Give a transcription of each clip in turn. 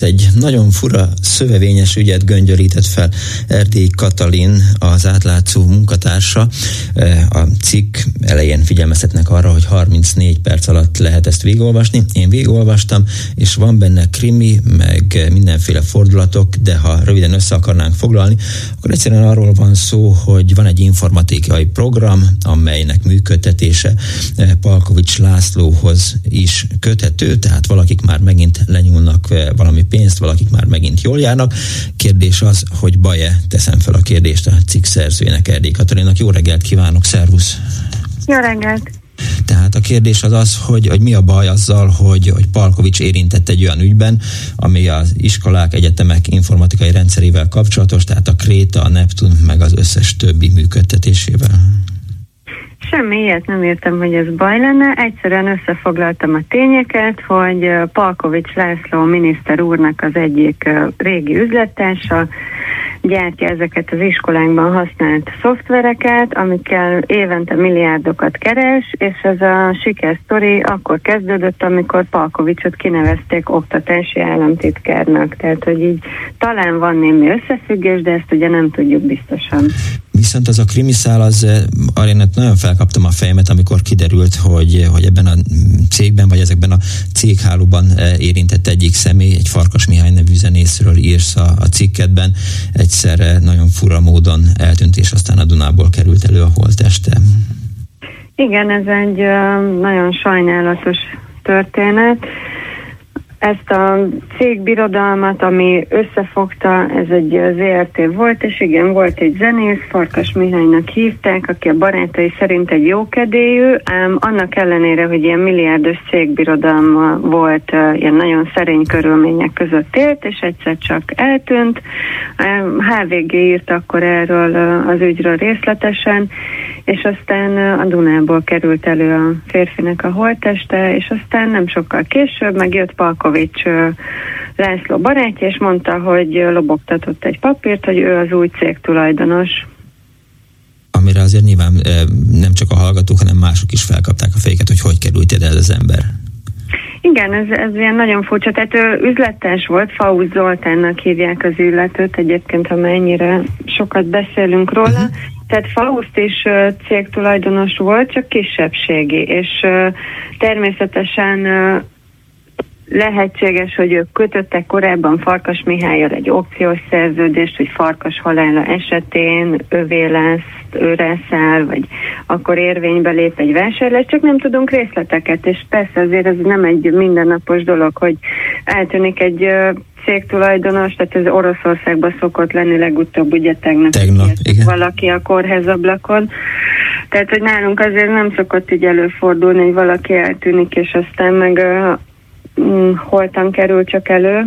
Egy nagyon fura szövevényes ügyet göngyölített fel Erdély Katalin, az átlátszó munkatársa. A cikk elején figyelmeztetnek arra, hogy 34 perc alatt lehet ezt végigolvasni. Én végigolvastam, és van benne krimi, meg mindenféle fordulatok, de ha röviden össze akarnánk foglalni, akkor egyszerűen arról van szó, hogy van egy informatikai program, amelynek működtetése Palkovics Lászlóhoz is köthető, tehát valakik már megint lenyúlnak valami pénzt, valakik már megint jól járnak. Kérdés az, hogy baj-e? Teszem fel a kérdést a cikk szerzőjének, Erdély Katalinnak. Jó reggelt kívánok, szervusz! Jó reggelt! Tehát a kérdés az, hogy mi a baj azzal, hogy Palkovics érintett egy olyan ügyben, ami az iskolák, egyetemek informatikai rendszerével kapcsolatos, tehát a Kréta, a Neptun, meg az összes többi működtetésével. Semmi ilyet nem értem, hogy ez baj lenne. Egyszerűen összefoglaltam a tényeket, hogy Palkovics László miniszter úrnak az egyik régi üzlettársa gyártja ezeket az iskolákban használt szoftvereket, amikkel évente milliárdokat keres, és ez a sikersztori akkor kezdődött, amikor Palkovicsot kinevezték oktatási államtitkárnak. Tehát, hogy így talán van némi összefüggés, de ezt ugye nem tudjuk biztosan. Viszont az a krimiszál, arra én nagyon felkaptam a fejemet, amikor kiderült, hogy ebben a cégben, vagy ezekben a céghálóban érintett egyik személy, egy Farkas Mihály nevű zenészről írsz a cikketben, egyszer nagyon fura módon eltűnt, és aztán a Dunából került elő a holtteste. Igen, ez egy nagyon sajnálatos történet. Ezt a cégbirodalmat, ami összefogta, ez egy ZRT volt, és igen, volt egy zenész, Farkas Mihálynak hívták, aki a barátai szerint egy jókedélyű, ám annak ellenére, hogy ilyen milliárdos cégbirodalma volt, ilyen nagyon szerény körülmények között élt, és egyszer csak eltűnt. HVG írt akkor erről az ügyről részletesen, és aztán a Dunából került elő a férfinek a holtteste, és aztán nem sokkal később megjött Palkovics László barátja, és mondta, hogy lobogtatott egy papírt, hogy ő az új cégtulajdonos. Amire azért nyilván nem csak a hallgatók, hanem mások is felkapták a fejüket, hogy került ide ez az ember. Igen, ez ilyen nagyon furcsa. Tehát ő üzletes volt, Faust Zoltánnak hívják az illetőt, egyébként, ha mennyire sokat beszélünk róla. Tehát Faust is cégtulajdonos volt, csak kisebbségi, és természetesen lehetséges, hogy ők kötöttek korábban Farkas Mihállyal egy opciós szerződést, hogy Farkas halála esetén ővé lesz, őre száll, vagy akkor érvénybe lép egy vásárlás, csak nem tudunk részleteket, és persze azért ez nem egy mindennapos dolog, hogy eltűnik egy cégtulajdonos, tehát ez Oroszországban szokott lenni, legutóbb ugye tegnap valaki a kórházablakon. Tehát, hogy nálunk azért nem szokott így előfordulni, hogy valaki eltűnik, és aztán meg holtan kerül csak elő,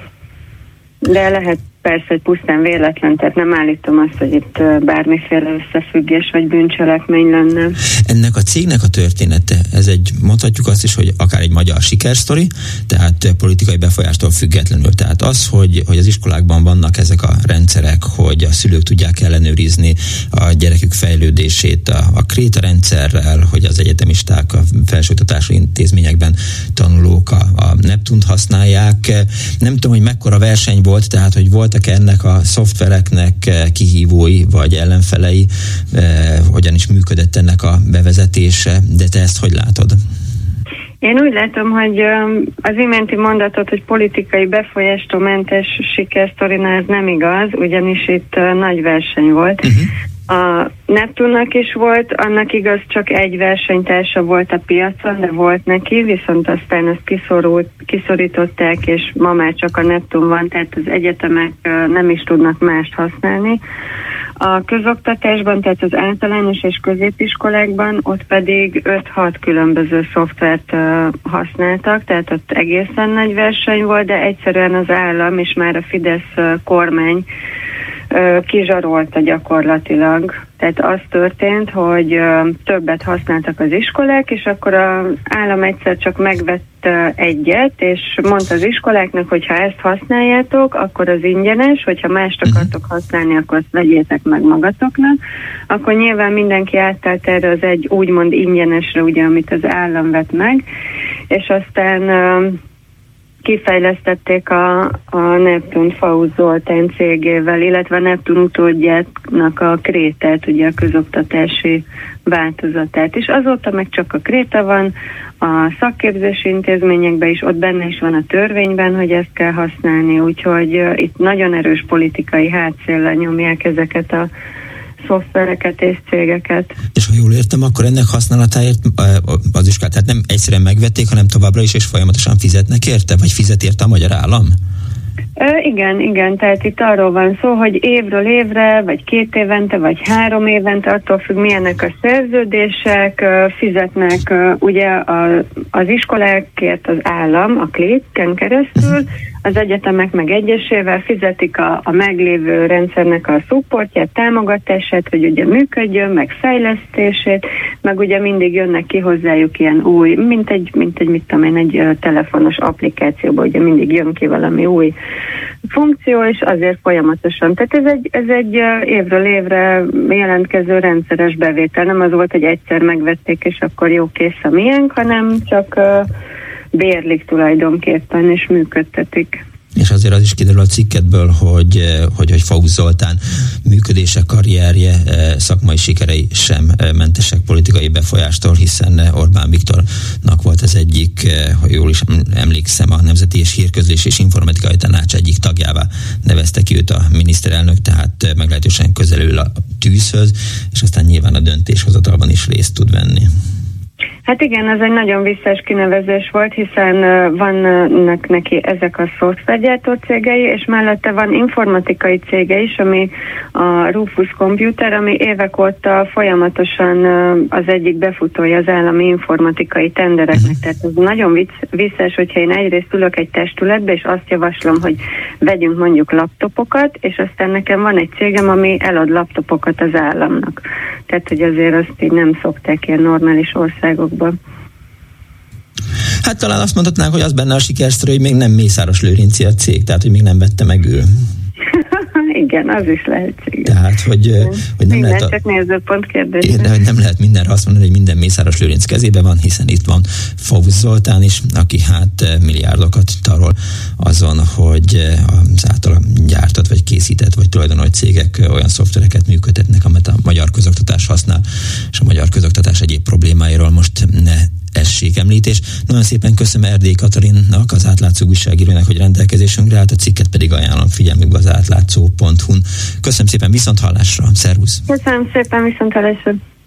de lehet persze, hogy pusztán véletlen, tehát nem állítom azt, hogy itt bármiféle összefüggés vagy bűncselekmény lenne. Ennek a cégnek a története, ez mondhatjuk azt is, hogy akár egy magyar sikersztori, tehát politikai befolyástól függetlenül. Tehát az, hogy az iskolákban vannak ezek a rendszerek, hogy a szülők tudják ellenőrizni a gyerekük fejlődését a Kréta rendszerrel, hogy az egyetemisták a felsőoktatási intézményekben tanulók a Neptunt használják. Nem tudom, hogy mekkora verseny volt, tehát hogy voltak ennek a szoftvereknek kihívói vagy ellenfelei, hogyan is működött ennek a bevezetése, de te ezt hogy látod? Én úgy látom, hogy az iménti mondatot, hogy politikai befolyástól mentes sikersztorinál ez nem igaz, ugyanis itt nagy verseny volt. A Neptunnak is volt, annak igaz csak egy versenytársa volt a piacon, de volt neki, viszont aztán ezt kiszorították, és ma már csak a Neptun van, tehát az egyetemek nem is tudnak mást használni. A közoktatásban, tehát az általános és középiskolákban ott pedig 5-6 különböző szoftvert használtak, tehát ott egészen nagy verseny volt, de egyszerűen az állam és már a Fidesz kormány kizsarolta gyakorlatilag. Tehát az történt, hogy többet használtak az iskolák, és akkor az állam egyszer csak megvett egyet, és mondta az iskoláknak, hogy ha ezt használjátok, akkor az ingyenes, hogyha mást akartok használni, akkor azt vegyétek meg magatoknak. Akkor nyilván mindenki átállt erre az egy úgymond ingyenesre, ugye, amit az állam vett meg, és aztán kifejlesztették a Neptun Faust Zoltán cégével, illetve a Neptun utódjának a Krétát, ugye a közoktatási változatát is. Azóta meg csak a Kréta van, a szakképzési intézményekben is, ott benne is van a törvényben, hogy ezt kell használni, úgyhogy itt nagyon erős politikai hátszéllel nyomják ezeket a szoftvereket és cégeket. És ha jól értem, akkor ennek használatáért az iskolát, tehát nem egyszerűen megvették, hanem továbbra is és folyamatosan fizetnek érte, vagy fizet érte a magyar állam? Igen, tehát itt arról van szó, hogy évről évre, vagy 2 évente, vagy 3 évente, attól függ milyenek a szerződések, fizetnek ugye az iskolákért az állam, a KLÉK-en keresztül, az egyetemek meg egyesével fizetik a meglévő rendszernek a szupportját, támogatását, hogy ugye működjön, meg fejlesztését, meg ugye mindig jönnek ki hozzájuk ilyen új, mint egy egy telefonos applikációban, ugye mindig jön ki valami új funkció, és azért folyamatosan. Tehát ez egy évről évre jelentkező rendszeres bevétel. Nem az volt, hogy egyszer megvették, és akkor jó, kész a miénk, hanem csak bérlik tulajdonképpen, és működtetik. És azért az is kiderül a cikketből, hogy Faust Zoltán működése, karrierje, szakmai sikerei sem mentesek politikai befolyástól, hiszen Orbán Viktornak volt az egyik, ha jól is emlékszem, a Nemzeti és Hírközlés és Informatikai Tanács egyik tagjává nevezte ki őt a miniszterelnök, tehát meglehetősen közelül a tűzhöz, és aztán nyilván a döntéshozatalban is részt tud venni. Hát igen, ez egy nagyon visszás kinevezés volt, hiszen vannak neki ezek a szoftvergyártó cégei, és mellette van informatikai cége is, ami a Rufus Computer, ami évek óta folyamatosan az egyik befutója az állami informatikai tendereknek. Tehát ez nagyon visszás, hogyha én egyrészt ülök egy testületbe, és azt javaslom, hogy vegyünk mondjuk laptopokat, és aztán nekem van egy cégem, ami elad laptopokat az államnak. Tehát, hogy azért azt így nem szokták ilyen normális országokban. Hát talán azt mondhatnánk, hogy az benne a sikersztori, hogy még nem Mészáros Lőrinci a cég, tehát hogy még nem vette meg ő. Igen, az is lehetséges. Tehát, hogy nem minden lehet... csak nézőpont kérdés. Hogy nem lehet mindenre azt mondani, hogy minden Mészáros Lőrinc kezében van, hiszen itt van Faust Zoltán is, aki milliárdokat tarol azon, hogy az általa gyártott, vagy készített, vagy tulajdonolt cégek olyan szoftvereket működtetnek, amit a magyar közoktatás használ, és a magyar közoktatás egyéb problémáiról most ne essék említés. Nagyon szépen köszönöm Erdélyi Katalinnak, az Átlátszó újságírónak, hogy rendelkezésünkre állt, a cikket pedig ajánlom figyelmükbe az átlátszó.hu-n. Köszönöm szépen, viszonthallásra, szervusz! Köszönöm szépen, viszonthallásra!